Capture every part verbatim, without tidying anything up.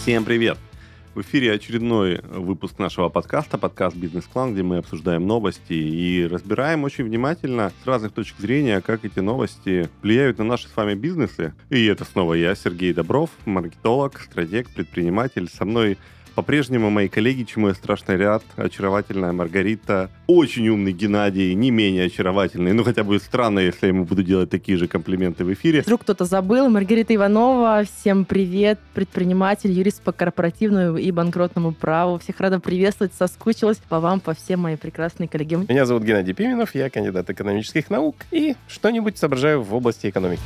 Всем привет! В эфире очередной выпуск нашего подкаста, подкаст «Бизнес-клан», где мы обсуждаем новости и разбираем очень внимательно с разных точек зрения, как эти новости влияют на наши с вами бизнесы. И это снова я, Сергей Добров, маркетолог, стратег, предприниматель. Со мной по-прежнему мои коллеги, чему я страшно рад, очаровательная Маргарита, очень умный Геннадий, не менее очаровательный. Ну, хотя будет странно, если я ему буду делать такие же комплименты в эфире. Вдруг кто-то забыл. Маргарита Иванова, всем привет, предприниматель, юрист по корпоративному и банкротному праву. Всех рада приветствовать, соскучилась по вам, по всем мои прекрасные коллеги. Меня зовут Геннадий Пименов, я кандидат экономических наук и что-нибудь соображаю в области экономики.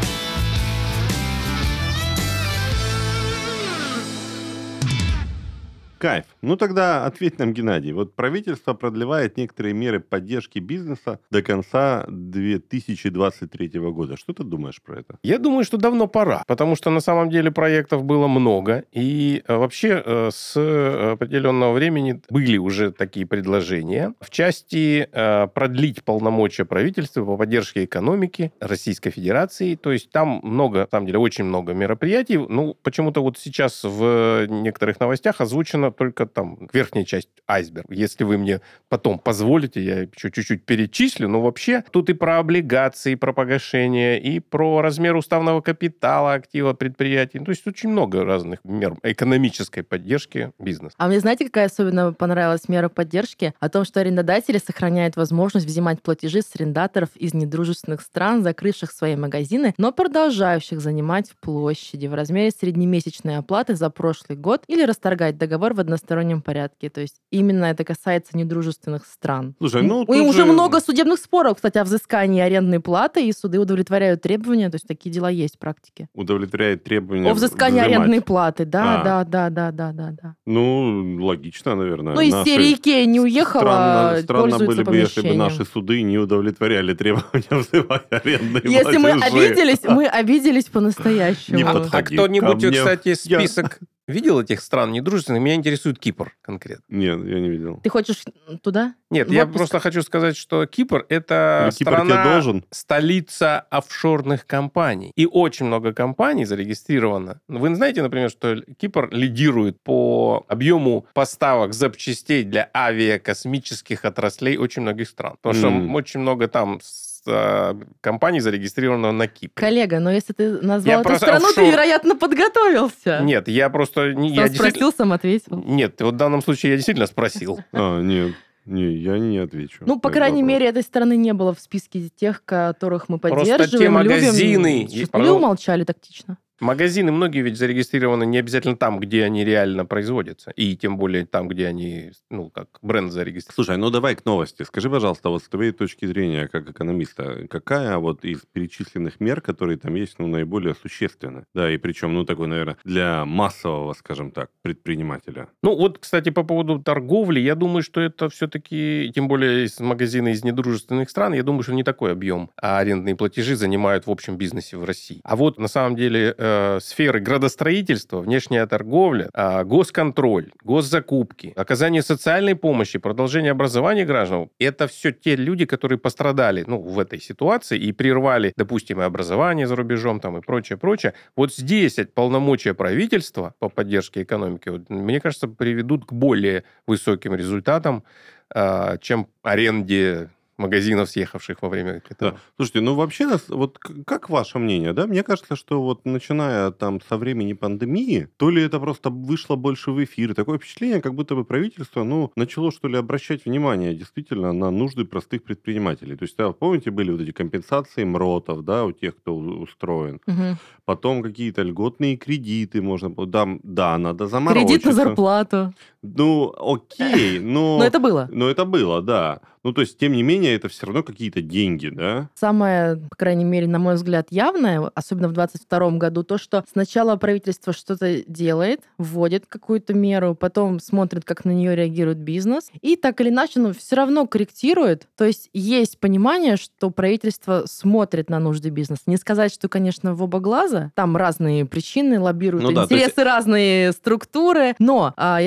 Кайф. Ну тогда ответь нам, Геннадий. Вот правительство продлевает некоторые меры поддержки бизнеса до конца две тысячи двадцать третьего года. Что ты думаешь про это? Я думаю, что давно пора, потому что на самом деле проектов было много, и вообще с определенного времени были уже такие предложения в части продлить полномочия правительства по поддержке экономики Российской Федерации. То есть там много, на самом деле, очень много мероприятий. Ну, почему-то вот сейчас в некоторых новостях озвучено только там верхняя часть айсберга. Если вы мне потом позволите, я еще чуть-чуть перечислю, но вообще тут и про облигации, и про погашение, и про размер уставного капитала актива предприятий. То есть очень много разных мер экономической поддержки бизнеса. А мне знаете, какая особенно понравилась мера поддержки? О том, что арендодатели сохраняют возможность взимать платежи с арендаторов из недружественных стран, закрывших свои магазины, но продолжающих занимать площади в размере среднемесячной оплаты за прошлый год или расторгать договор в одностороннем порядке. То есть именно это касается недружественных стран. Слушай, ну, и уже же... много судебных споров, кстати, о взыскании арендной платы, и суды удовлетворяют требования, то есть такие дела есть в практике. Удовлетворяет требования О взыскании взимать. арендной платы, да, А. да, да, да, да, да, да. Ну, логично, наверное. Ну, из Наши... серии Икея не уехала, Странно, странно пользуется были бы, если бы помещением. наши суды не удовлетворяли требования взимать арендные платежи. Если мы обиделись, мы обиделись по-настоящему. Не А, подходи а кто-нибудь, ко мне. кстати, Я- список видел этих стран недружественных? Меня интересует Кипр конкретно. Нет, я не видел. Ты хочешь туда? Нет, В я отпуск? просто хочу сказать, что Кипр — это Или Кипр тебе страна, должен? столица офшорных компаний. И очень много компаний зарегистрировано. Вы знаете, например, что Кипр лидирует по объему поставок запчастей для авиакосмических отраслей очень многих стран. Потому что М. очень много там с- а, компаний зарегистрировано на Кипре. Коллега, но если ты назвал Я эту просто страну, ты, офшор- вероятно, подготовился. Нет, я просто... не- Сам я действительно- спросил, сам ответил. Нет, вот в данном случае я действительно спросил. А, нет, не, я не отвечу. Ну, по на этот крайней вопрос. мере, этой страны не было в списке тех, которых мы Просто поддерживаем, те любим. магазины- Что-то Пардон. мы умолчали тактично. Магазины многие ведь зарегистрированы не обязательно там, где они реально производятся. И тем более там, где они, ну, как бренд зарегистрирован. Слушай, ну давай к новости. Скажи, пожалуйста, вот с твоей точки зрения, как экономиста, какая вот из перечисленных мер, которые там есть, ну, наиболее существенна? Да, и причем, ну, такой, наверное, для массового, скажем так, предпринимателя. Ну, вот, кстати, по поводу торговли, я думаю, что это все-таки, тем более из магазина из недружественных стран, я думаю, что не такой объем а арендные платежи занимают в общем бизнесе в России. А вот, на самом деле, э, сферы градостроительства, внешняя торговля, э, госконтроль, госзакупки, оказание социальной помощи, продолжение образования граждан, это все те люди, которые пострадали, ну, в этой ситуации и прервали, допустим, и образование за рубежом там, и прочее, прочее. Вот здесь полномочия правительства по поддержке экономики, вот, мне кажется, приведут к более высоким результатам, э, чем аренде магазинов, съехавших во время этого. Да. Слушайте, ну вообще, нас- вот к- как ваше мнение, да? Мне кажется, что вот начиная там со времени пандемии, то ли это просто вышло больше в эфир, такое впечатление, как будто бы правительство, ну, начало, что ли, обращать внимание действительно на нужды простых предпринимателей. То есть, да, помните, были вот эти компенсации МРОТов, да, у тех, кто у- устроен. Мгм. Потом какие-то льготные кредиты можно... было- Да, да, надо заморочиться. Кредит на зарплату. Ну, окей, но... Но это было. Но это было, да. Ну, то есть, тем не менее, это все равно какие-то деньги, да? Самое, по крайней мере, на мой взгляд, явное, особенно в двадцать втором году, то, что сначала правительство что-то делает, вводит какую-то меру, потом смотрит, как на нее реагирует бизнес, и так или иначе, ну, все равно корректирует. То есть есть понимание, что правительство смотрит на нужды бизнеса. Не сказать, что, конечно, в оба глаза, там разные причины лоббируют Ну да, то интересы, разные структуры, но а, я хочу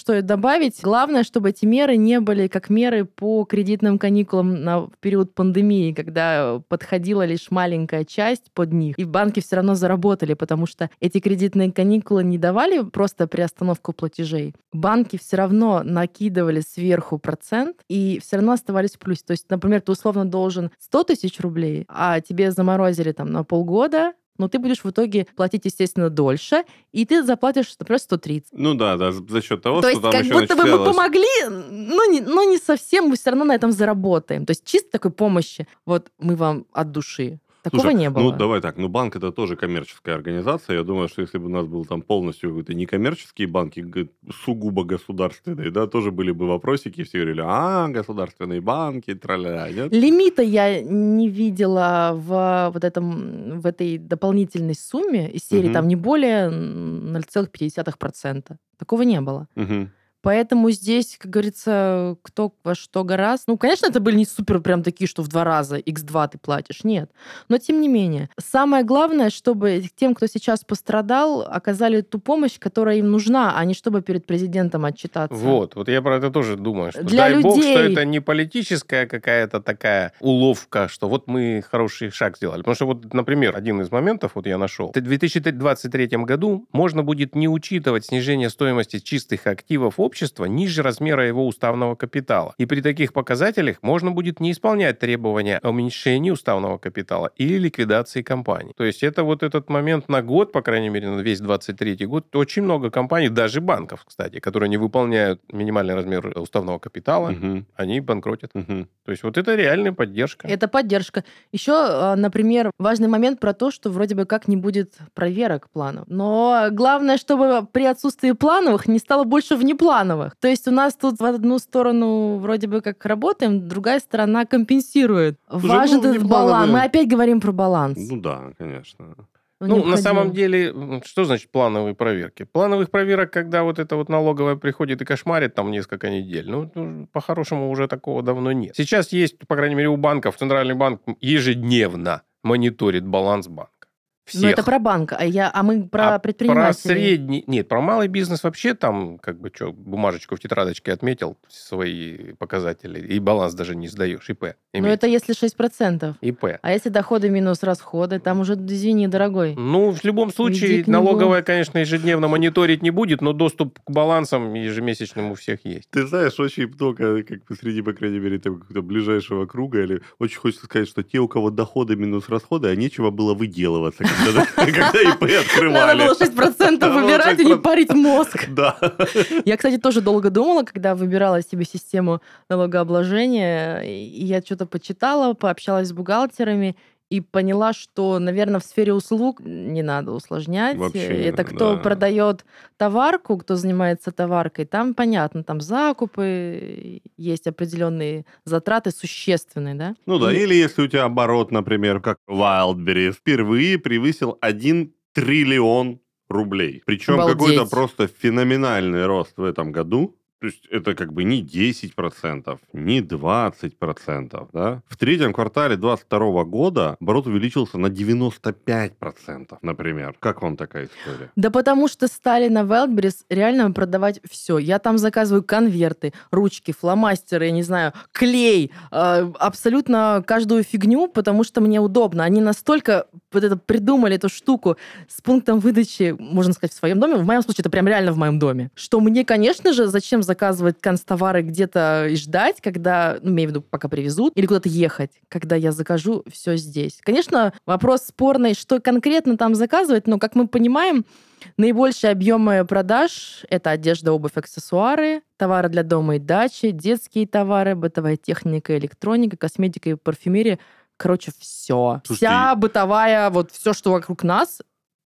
стоит добавить. Главное, чтобы эти меры не были как меры по кредитным каникулам на период пандемии, когда подходила лишь маленькая часть под них, и банки все равно заработали, потому что эти кредитные каникулы не давали просто приостановку платежей. Банки все равно накидывали сверху процент и все равно оставались в плюсе. То есть, например, ты условно должен сто тысяч рублей, а тебе заморозили там на полгода, но ты будешь в итоге платить, естественно, дольше, и ты заплатишь, например, сто тридцать. Ну да, да, за счет того, То что есть там как еще будто бы мы начислялось... помогли, но не, но не совсем, мы все равно на этом заработаем. То есть чисто такой помощи, вот мы вам от души. Такого Слушай, не было. ну давай так, ну банк это тоже коммерческая организация. Я думаю, что если бы у нас был там полностью какой-то некоммерческие банки, г- сугубо государственные, да, тоже были бы вопросики, и все говорили, а, государственные банки, тра-ля-ля, нет? Лимита я не видела в вот этом, в этой дополнительной сумме из серии Мгм. там не более ноль целых пять десятых процента. Такого не было. Мгм. Поэтому здесь, как говорится, кто во что гораздо. Ну, конечно, это были не супер прям такие, что в два раза икс два ты платишь. Нет. Но тем не менее. Самое главное, чтобы тем, кто сейчас пострадал, оказали ту помощь, которая им нужна, а не чтобы перед президентом отчитаться. Вот, вот я про это тоже думаю, что Для дай бог, что людей. это не политическая какая-то такая уловка, что вот мы хороший шаг сделали. Потому что вот, например, один из моментов, вот я нашел, в две тысячи двадцать третьем году можно будет не учитывать снижение стоимости чистых активов общества ниже размера его уставного капитала. И при таких показателях можно будет не исполнять требования о уменьшении уставного капитала или ликвидации компании. То есть это вот этот момент на год, по крайней мере, на весь двадцать третий год, очень много компаний, даже банков, кстати, которые не выполняют минимальный размер уставного капитала, Мгм. они банкротят. Мгм. То есть вот это реальная поддержка. Это поддержка. Еще, например, важный момент про то, что вроде бы как не будет проверок планов. Но главное, чтобы при отсутствии плановых не стало больше внеплановых. То есть у нас тут в одну сторону вроде бы как работаем, другая сторона компенсирует. Слушай, Важен ну, этот баланс. внеплановые- Мы опять говорим про баланс. Ну да, конечно. Он Ну, на необходим. самом деле, м, что значит плановые проверки? Плановых проверок, когда вот это вот налоговая приходит и кошмарит там несколько недель, ну, ну, по-хорошему уже такого давно нет. Сейчас есть, по крайней мере, у банков, Центральный банк ежедневно мониторит баланс банка. Всех. Но это про банк, а, я, а мы про А предпринимателей. Про средний... Нет, про малый бизнес вообще там, как бы, что, бумажечку в тетрадочке отметил свои показатели, и баланс даже не сдаешь, ИП. Но имеется. это если шесть процентов. ИП. А если доходы минус расходы, там уже, извини, дорогой. Ну, в любом случае, Веди книгу. налоговая, конечно, ежедневно мониторить не будет, но доступ к балансам ежемесячным у всех есть. Ты знаешь, очень много, как бы среди, по крайней мере, там, какого-то ближайшего круга, или очень хочется сказать, что те, у кого доходы минус расходы, а нечего было выделываться, когда когда ИП открывали. Надо было шесть процентов Надо было выбирать и шесть не процентов. парить мозг. Да. Я, кстати, тоже долго думала, когда выбирала себе систему налогообложения, и я что-то почитала, пообщалась с бухгалтерами, и поняла, что, наверное, в сфере услуг не надо усложнять. Вообще не Это надо, кто да. продает товарку, кто занимается товаркой, там понятно, там закупы, есть определенные затраты существенные, да? Ну да, И- или если у тебя оборот, например, как Wildberries, впервые превысил один триллион рублей. Причем Обалдеть. какой-то просто феноменальный рост в этом году. То есть это как бы не десять процентов, не двадцать процентов. Да? В третьем квартале двадцать второго года оборот увеличился на девяносто пять процентов, например. Как вам такая история? Да потому что стали на Wildberries реально продавать все. Я там заказываю конверты, ручки, фломастеры, я не знаю, клей, э, абсолютно каждую фигню, потому что мне удобно. Они настолько вот это придумали эту штуку с пунктом выдачи, можно сказать, в своем доме. В моем случае это прям реально в моем доме. Что мне, конечно же, зачем заказывать канцтовары где-то и ждать, когда, ну, имею в виду, пока привезут, или куда-то ехать, когда я закажу все здесь. Конечно, вопрос спорный, что конкретно там заказывать, но, как мы понимаем, наибольшие объемы продаж – это одежда, обувь, аксессуары, товары для дома и дачи, детские товары, бытовая техника, электроника, косметика и парфюмерия. Короче, все. Слушайте, Вся бытовая, вот все, что вокруг нас,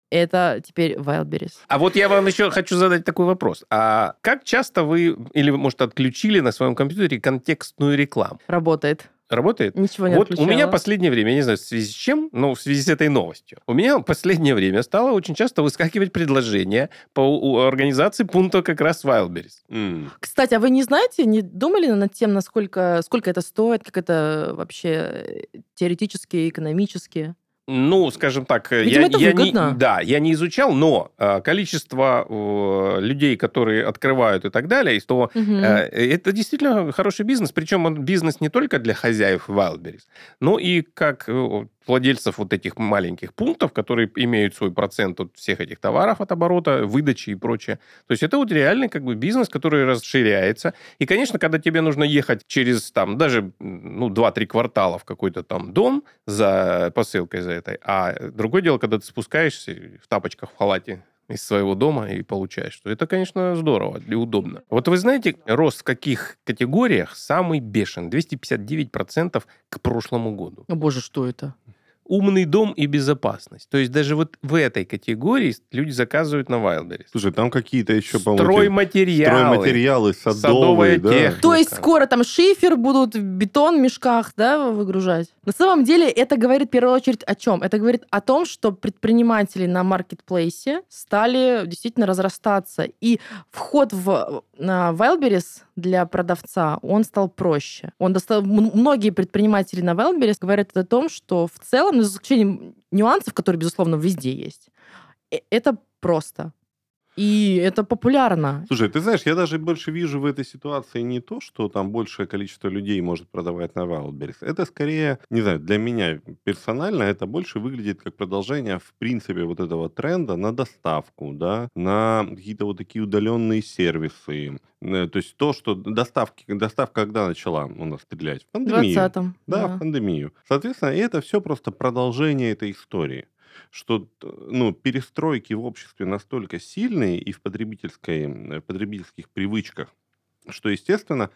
это теперь Wildberries. А вот я вам еще хочу задать такой вопрос. А как часто вы, или, может, отключили на своем компьютере контекстную рекламу? Работает. Работает? Ничего не Вот у отключала. меня последнее время, я не знаю, в связи с чем, но в связи с этой новостью, у меня в последнее время стало очень часто выскакивать предложение по у- организации пункта как раз Wildberries. М. Кстати, а вы не знаете, не думали над тем, насколько сколько это стоит, как это вообще теоретически, экономически? Ну, скажем так, Видимо, я, это я выгодно. не, да, я не изучал, но э, количество э, людей, которые открывают и так далее, то Мгм. э, это действительно хороший бизнес. Причем он бизнес не только для хозяев Wildberries, но и как э, владельцев вот этих маленьких пунктов, которые имеют свой процент от всех этих товаров, от оборота, выдачи и прочее. То есть это вот реальный как бы бизнес, который расширяется. И, конечно, когда тебе нужно ехать через там даже ну, два-три квартала в какой-то там дом за посылкой за этой, а другое дело, когда ты спускаешься в тапочках, в халате из своего дома и получаешь, что это, конечно, здорово и удобно. Вот вы знаете, рост в каких категориях самый бешеный? двести пятьдесят девять процентов к прошлому году. О боже, что это? Умный дом и безопасность. То есть даже вот в этой категории люди заказывают на Wildberries. Слушай, там какие-то еще, по-моему, эти Стройматериалы. стройматериалы, садовые, Садовая да. техника. То есть скоро там шифер будут, бетон в мешках, да, выгружать. На самом деле это говорит в первую очередь о чем? Это говорит о том, что предприниматели на маркетплейсе стали действительно разрастаться. И вход в на Wildberries для продавца, он стал проще. Он достал... Многие предприниматели на Wildberries говорят о том, что в целом, за исключением нюансов, которые, безусловно, везде есть, это просто. И это популярно. Слушай, ты знаешь, я даже больше вижу в этой ситуации не то, что там большее количество людей может продавать на Wildberries. Это скорее, не знаю, для меня персонально это больше выглядит как продолжение, в принципе, вот этого тренда на доставку, да, на какие-то вот такие удаленные сервисы. Э, То есть то, что доставки, доставка когда начала у нас стрелять? В В пандемию. двадцатом, Да, в да. пандемию. Соответственно, это все просто продолжение этой истории. Что т- ну, перестройки в обществе настолько сильные и в, потребительской, м, в потребительских привычках, что, естественно,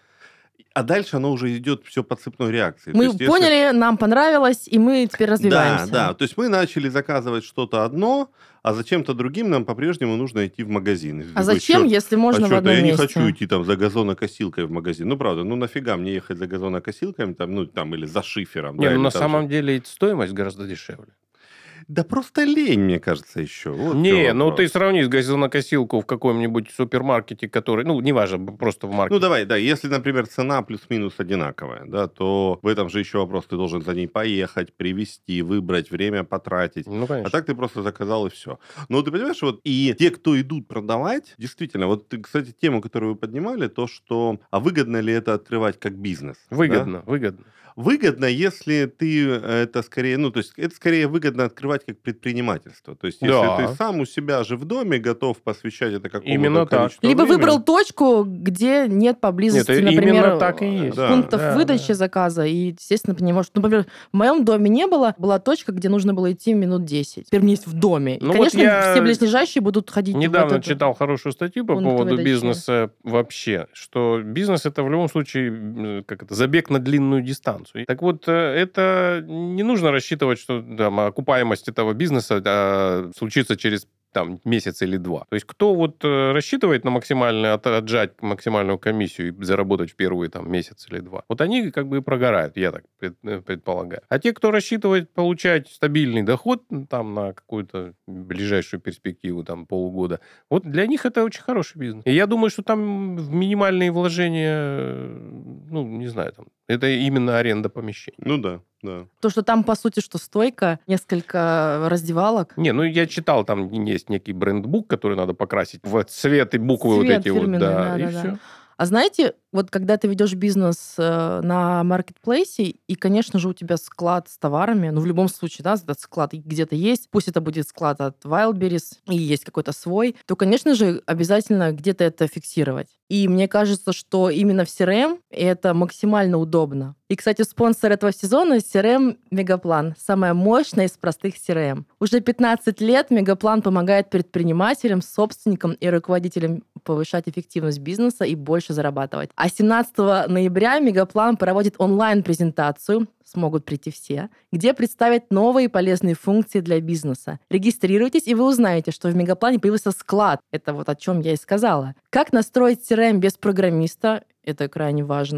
а дальше оно уже идет все по цепной реакции. То Мы есть, если... поняли, нам понравилось, и мы теперь Да, развиваемся. да. То есть мы начали заказывать что-то одно, а зачем-то другим нам по-прежнему нужно идти в магазин. И ты А такой, зачем, «Чёрт, если а можно в чёрт, а одном я не месте? хочу идти там за газонокосилкой в магазин. Ну, правда, ну нафига мне ехать за газонокосилкой, там, ну, там, или за шифером. Не, да, ну или на там самом же- деле стоимость гораздо дешевле. Да просто лень, мне кажется, еще. Вот в Не, чём ну вопрос. ты сравни с газонокосилку в каком-нибудь супермаркете, который, ну, неважно, просто в Ну, маркете. давай, да, если, например, цена плюс-минус одинаковая, да, то в этом же еще вопрос, ты должен за ней поехать, привезти, выбрать, время потратить. Ну, А конечно. так ты просто заказал и все. Но ты понимаешь, вот и те, кто идут продавать, действительно, вот ты, кстати, тему, которую вы поднимали, то, что, а выгодно ли это открывать как бизнес? да? Выгодно, выгодно. Выгодно, если ты это скорее, ну, то есть это скорее выгодно открывать как предпринимательство. То есть если Да. ты сам у себя же в доме готов посвящать это какому-то Именно так. количеству Либо времени. выбрал точку, где нет поблизости, Нет, и- например, именно так и есть. Да. пунктов Да, выдачи да. заказа. И, естественно, ты не можешь... Например, в моем доме не было. Была точка, где нужно было идти минут десять. Теперь мне есть в доме. И, Ну вот конечно, я все близлежащие будут ходить в Недавно этот- читал хорошую статью по пункт поводу выдачи. бизнеса вообще, что бизнес это в любом случае м, как это забег на длинную дистанцию. Так вот, э, это не нужно рассчитывать, что там, окупаемость этого бизнеса а, случится через там, месяц или два. То есть кто вот э, рассчитывает на максимально от- отжать максимальную комиссию и заработать в первые там, месяц или два, вот они как бы и прогорают, я так пред- э, предполагаю. А те, кто рассчитывает получать стабильный доход ну, там на какую-то ближайшую перспективу, там полугода, вот для них это очень хороший бизнес. И я думаю, что там в минимальные вложения, э, ну, не знаю, там, это именно аренда помещений. Ну да, да. То, что там, по сути, что стойка, несколько раздевалок. Не, ну я читал, там есть некий брендбук, который надо покрасить в цвет и буквы вот Цвет эти вот, фирменный, да, и да-да-да. все. А знаете, вот когда ты ведешь бизнес э, на маркетплейсе, и, конечно же, у тебя склад с товарами, ну, в любом случае, да, этот склад где-то есть, пусть это будет склад от Wildberries, и есть какой-то свой, то, конечно же, обязательно где-то это фиксировать. И мне кажется, что именно в си ар эм это максимально удобно. И, кстати, спонсор этого сезона — си ар эм Мегаплан. Самая мощная из простых си ар эм. Уже пятнадцать лет Мегаплан помогает предпринимателям, собственникам и руководителям повышать эффективность бизнеса и больше зарабатывать. А семнадцатого ноября Мегаплан проводит онлайн-презентацию, смогут прийти все, где представят новые полезные функции для бизнеса. Регистрируйтесь, и вы узнаете, что в Мегаплане появился склад. Это вот о чем я и сказала. Как настроить си ар эм без программиста? Это крайне важно.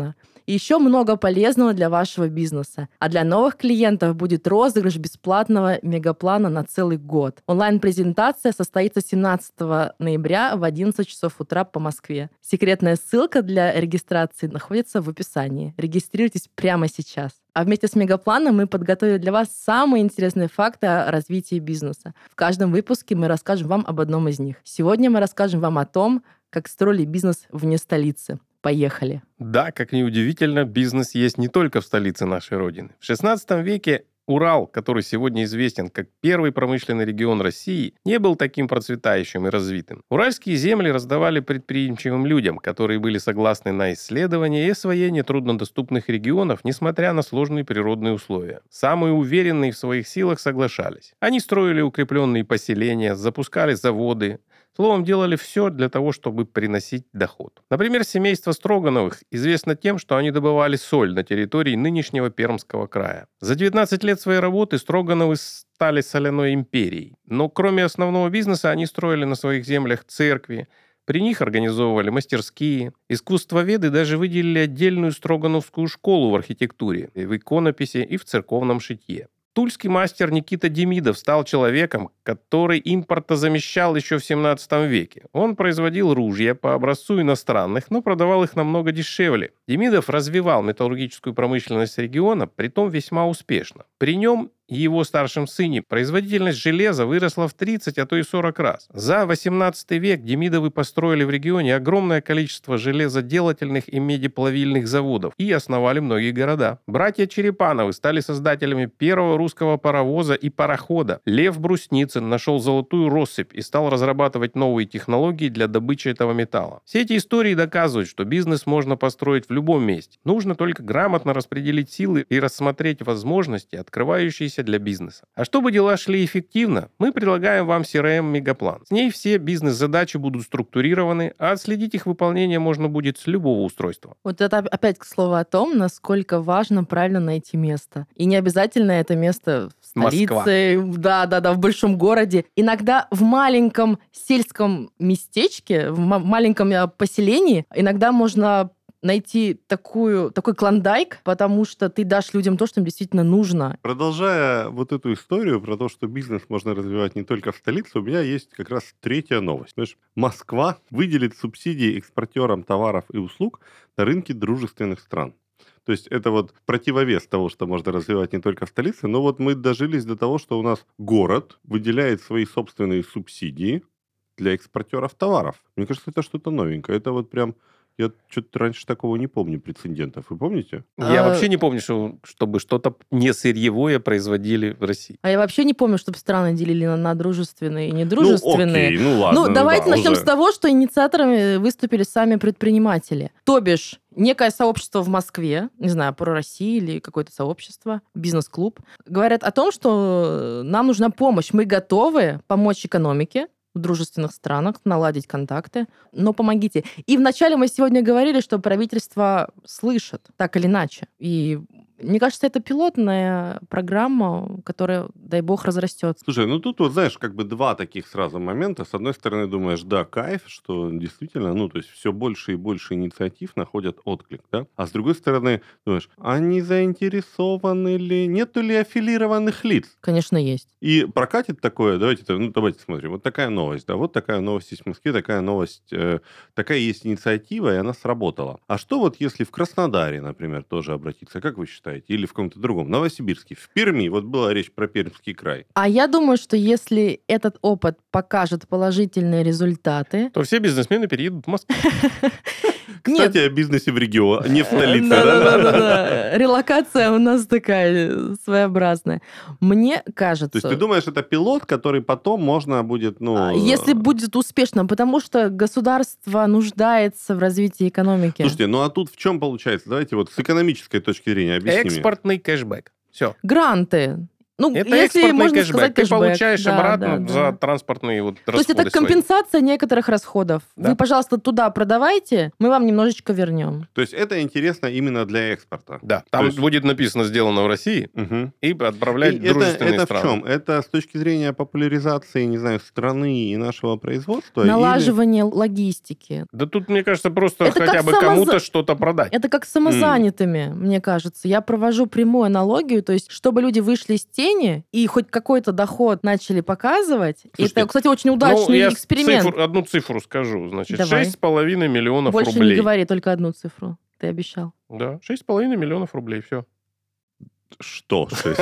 и еще много полезного для вашего бизнеса. А для новых клиентов будет розыгрыш бесплатного мегаплана на целый год. Онлайн-презентация состоится семнадцатого ноября в одиннадцать часов утра по Москве. Секретная ссылка для регистрации находится в описании. Регистрируйтесь прямо сейчас. А вместе с Мегапланом мы подготовили для вас самые интересные факты о развитии бизнеса. В каждом выпуске мы расскажем вам об одном из них. Сегодня мы расскажем вам о том, как строили бизнес вне столицы. Поехали. Да, как ни удивительно, бизнес есть не только в столице нашей Родины. В шестнадцатом веке Урал, который сегодня известен как первый промышленный регион России, не был таким процветающим и развитым. Уральские земли раздавали предприимчивым людям, которые были согласны на исследование и освоение труднодоступных регионов, несмотря на сложные природные условия. Самые уверенные в своих силах соглашались. Они строили укрепленные поселения, запускали заводы, словом, делали все для того, чтобы приносить доход. Например, семейство Строгановых известно тем, что они добывали соль на территории нынешнего Пермского края. За девятнадцать лет своей работы Строгановы стали соляной империей. Но кроме основного бизнеса, они строили на своих землях церкви, при них организовывали мастерские. Искусствоведы даже выделили отдельную строгановскую школу в архитектуре, в иконописи и в церковном шитье. Тульский мастер Никита Демидов стал человеком, который импортозамещал еще в семнадцатом веке. Он производил ружья по образцу иностранных, но продавал их намного дешевле. Демидов развивал металлургическую промышленность региона, притом весьма успешно. При нем и его старшем сыне производительность железа выросла в тридцать, а то и сорок раз. За восемнадцатый век Демидовы построили в регионе огромное количество железоделательных и медиплавильных заводов и основали многие города. Братья Черепановы стали создателями первого русского паровоза и парохода. Лев Брусницын нашел золотую россыпь и стал разрабатывать новые технологии для добычи этого металла. Все эти истории доказывают, что бизнес можно построить в любом месте. Нужно только грамотно распределить силы и рассмотреть возможности, открывающиеся для бизнеса. А чтобы дела шли эффективно, мы предлагаем вам си ар эм-мегаплан. С ней все бизнес-задачи будут структурированы, а отследить их выполнение можно будет с любого устройства. Вот это опять к слову о том, насколько важно правильно найти место. И не обязательно это место в столице, да, да, да, в большом городе. Иногда в маленьком сельском местечке, в м- маленьком поселении, иногда можно найти такую, такой клондайк, потому что ты дашь людям то, что им действительно нужно. Продолжая вот эту историю про то, что бизнес можно развивать не только в столице, у меня есть как раз третья новость. Знаешь, Москва выделит субсидии экспортерам товаров и услуг на рынке дружественных стран. То есть это вот противовес того, что можно развивать не только в столице, но вот мы дожились до того, что у нас город выделяет свои собственные субсидии для экспортеров товаров. Мне кажется, это что-то новенькое. Это вот прям... Я что-то раньше такого не помню прецедентов. Вы помните? Я А... вообще не помню, что, чтобы что-то не сырьевое производили в России. А я вообще не помню, чтобы страны делили на, на дружественные и недружественные. Ну, окей, ну ладно. Ну, ну, давайте да, начнем уже. с того, что инициаторами выступили сами предприниматели. То бишь, некое сообщество в Москве, не знаю, про Россию или какое-то сообщество, бизнес-клуб, говорят о том, что нам нужна помощь. Мы готовы помочь экономике в дружественных странах, наладить контакты, но помогите. И вначале мы сегодня говорили, что правительство слышит, так или иначе. И мне кажется, это пилотная программа, которая, дай бог, разрастется. Слушай, ну тут вот, знаешь, как бы два таких сразу момента. С одной стороны, думаешь, да, кайф, что действительно, ну, то есть все больше и больше инициатив находят отклик, да? А с другой стороны, думаешь, а не заинтересованы ли, нету ли аффилированных лиц? Конечно, есть. И прокатит такое, давайте, ну, давайте смотрим, вот такая новость, да, вот такая новость есть в Москве, такая новость, э, такая есть инициатива, и она сработала. А что вот если в Краснодаре, например, тоже обратиться, как вы считаете? Или в каком-то другом, Новосибирске, в Перми, вот была речь про Пермский край. А я думаю, что если этот опыт покажет положительные результаты... То все бизнесмены переедут в Москву. Кстати, о бизнесе в регионе, не в столице. Да-да-да. Релокация у нас такая своеобразная. Мне кажется... То есть ты думаешь, это пилот, который потом можно будет, ну... Если будет успешно, потому что государство нуждается в развитии экономики. Слушайте, ну а тут в чем получается? Давайте вот с экономической точки зрения объясним. Экспортный кэшбэк. Все. Гранты. Ну, Это если экспортный можно кэшбэк. сказать, Ты кэшбэк. получаешь Да, обратно да, за да. транспортные вот То есть расходы это свои. компенсация некоторых расходов. Да. Вы, пожалуйста, туда продавайте, мы вам немножечко вернем. То есть это интересно именно для экспорта. Да, там есть- будет написано «сделано в России» Мгм. и отправлять И в это, дружественные это в страны. чем? Это с точки зрения популяризации, не знаю, страны и нашего производства? или- Налаживание логистики. Да тут, мне кажется, просто Это хотя как бы самоза- кому-то что-то продать. Это как с самозанятыми, мне кажется. Я провожу прямую аналогию, то есть, чтобы люди вышли из тени и хоть какой-то доход начали показывать. И Слушайте, это, кстати, очень Ну, удачный я эксперимент. цифру- одну цифру скажу. Значит, Давай. шесть с половиной миллионов Больше рублей. не говори, только одну цифру. Ты обещал. Да, шесть с половиной миллионов рублей, все. Что? шесть?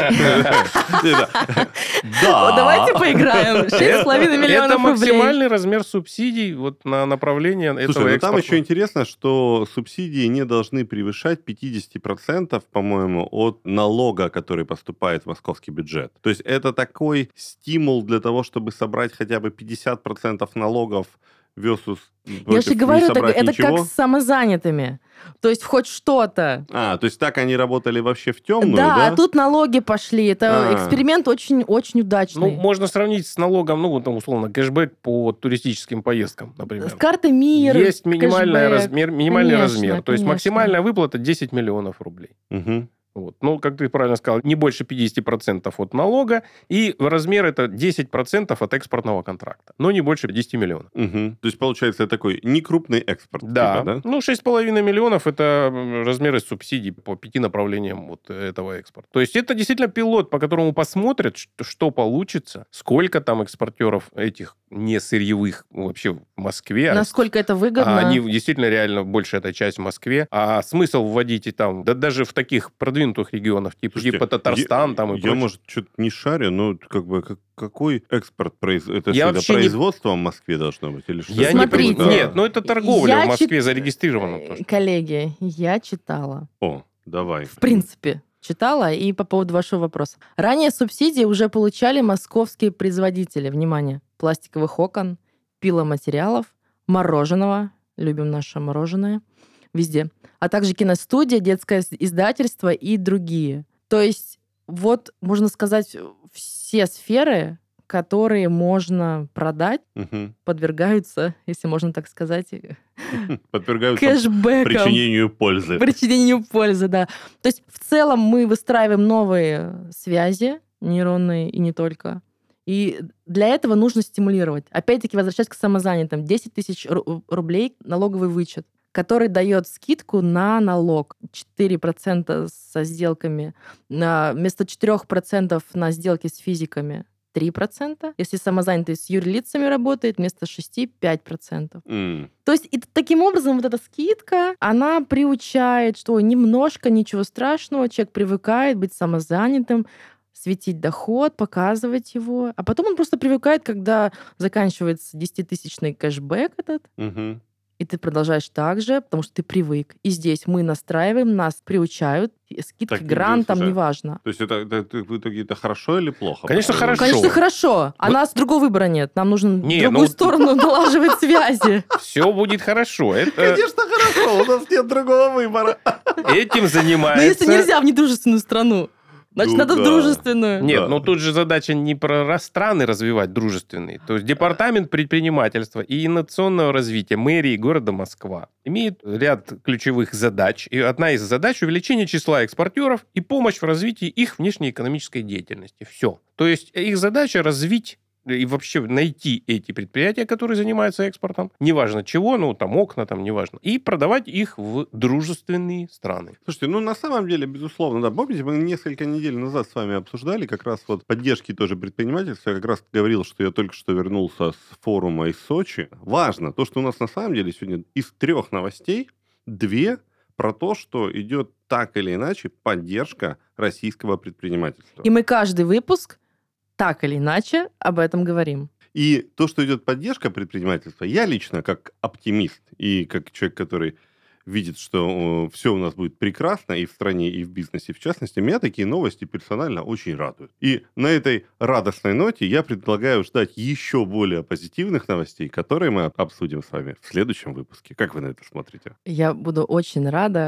Да. Давайте поиграем. шесть с половиной Это миллионов рублей. максимальный размер субсидий вот на направление этого Слушай, ну там экспорта. еще интересно, что субсидии не должны превышать пятьдесят процентов, по-моему, от налога, который поступает в московский бюджет. То есть это такой стимул для того, чтобы собрать хотя бы пятьдесят процентов налогов versus Я против же не говорю, так- собрать это ничего. как с самозанятыми. То есть хоть что-то. А, то есть так они работали вообще в темную, Да, да? а тут налоги пошли. Это А. эксперимент очень-очень Ну, удачный. можно сравнить с налогом, ну, вот там, условно, кэшбэк по туристическим поездкам, например. С карты МИР, Есть минимальный кэшбэк. размер, минимальный Конечно, размер. То есть конечно. максимальная выплата десять миллионов рублей. Мгм. Вот. Ну, как ты правильно сказал, не больше пятьдесят процентов от налога, и размер это десять процентов от экспортного контракта, но не больше десять миллионов. Мгм. То есть получается такой некрупный экспорт. Да. типа, да? Ну, шесть с половиной миллионов это м, размеры субсидий по пяти направлениям вот этого экспорта. То есть это действительно пилот, по которому посмотрят, что, что получится, сколько там экспортеров этих не сырьевых вообще в Москве. Насколько это выгодно. А они действительно реально большая эта часть в Москве. А смысл вводить и там, да даже в таких продвинутых регионах, типа, Слушайте, типа Татарстан я, там и я, прочее. может, что-то не шарю, но как бы как- какой экспорт произ... Это Я что, это вообще не- производство в Москве должно быть? Или что? Я это? не Смотрите. понимаю. Нет, ну это торговля Я в Москве чит- зарегистрирована. тоже. Коллеги, я читала. О, давай. В принципе, читала. И по поводу вашего вопроса. Ранее субсидии уже получали московские производители. Внимание. Пластиковых окон, пиломатериалов, мороженого. Любим наше мороженое. Везде. А также киностудия, детское издательство и другие. То есть вот, можно сказать, все сферы, которые можно продать, Мгм. подвергаются, если можно так сказать, Подвергаются кэшбэкам. причинению пользы. Причинению пользы, да. То есть в целом мы выстраиваем новые связи нейронные и не только. И для этого нужно стимулировать. Опять-таки, возвращаясь к самозанятым, десять тысяч ру- рублей налоговый вычет, который дает скидку на налог. четыре процента со сделками. На, вместо четырех процентов на сделки с физиками три процента. Если самозанятый с юрлицами работает, вместо шести пять процентов. М. То есть и таким образом вот эта скидка, она приучает, что немножко, ничего страшного, человек привыкает быть самозанятым, светить доход, показывать его. А потом он просто привыкает, когда заканчивается десятитысячный кэшбэк этот, Мгм. и ты продолжаешь так же, потому что ты привык. И здесь мы настраиваем, нас приучают, и скидки, Так, грант, там, слушай, неважно. То есть это, это- это в итоге это хорошо или плохо? Конечно, по-твоему? хорошо. Конечно, хорошо. А Вот- нас другого выбора нет. Нам нужно Не, другую ну- сторону налаживать связи. Все будет хорошо. Это, Конечно, хорошо, у нас нет другого выбора. этим Но занимается... если нельзя в недружественную страну, значит, Ну надо в да. дружественную. Нет, Да. но тут же задача не про ра- страны развивать дружественные. То есть департамент предпринимательства и инновационного развития мэрии города Москва имеет ряд ключевых задач. И одна из задач — увеличение числа экспортеров и помощь в развитии их внешнеэкономической деятельности. Все. То есть их задача развить и вообще найти эти предприятия, которые занимаются экспортом, неважно чего, ну, там, окна, там, неважно, и продавать их в дружественные страны. Слушайте, ну на самом деле, безусловно, да. Помните, мы несколько недель назад с вами обсуждали как раз вот поддержки тоже предпринимательства. Я как раз говорил, что я только что вернулся с форума из Сочи. Важно то, что у нас на самом деле сегодня из трех новостей две про то, что идет так или иначе поддержка российского предпринимательства. И мы каждый выпуск так или иначе об этом говорим. И то, что идет поддержка предпринимательства, я лично как оптимист и как человек, который видит, что все у нас будет прекрасно и в стране, и в бизнесе в частности, меня такие новости персонально очень радуют. И на этой радостной ноте я предлагаю ждать еще более позитивных новостей, которые мы обсудим с вами в следующем выпуске. Как вы на это смотрите? Я буду очень рада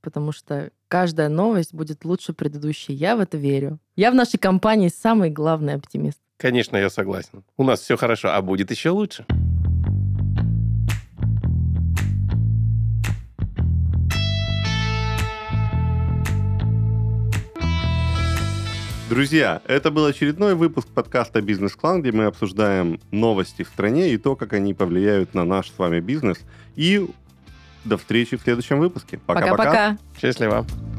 потому что каждая новость будет лучше предыдущей. Я в это верю. Я в нашей компании самый главный оптимист. Конечно, я согласен. У нас все хорошо, а будет еще лучше. Друзья, это был очередной выпуск подкаста «Бизнес-клан», где мы обсуждаем новости в стране и то, как они повлияют на наш с вами бизнес. И до встречи в следующем выпуске. Пока-пока. Счастливо.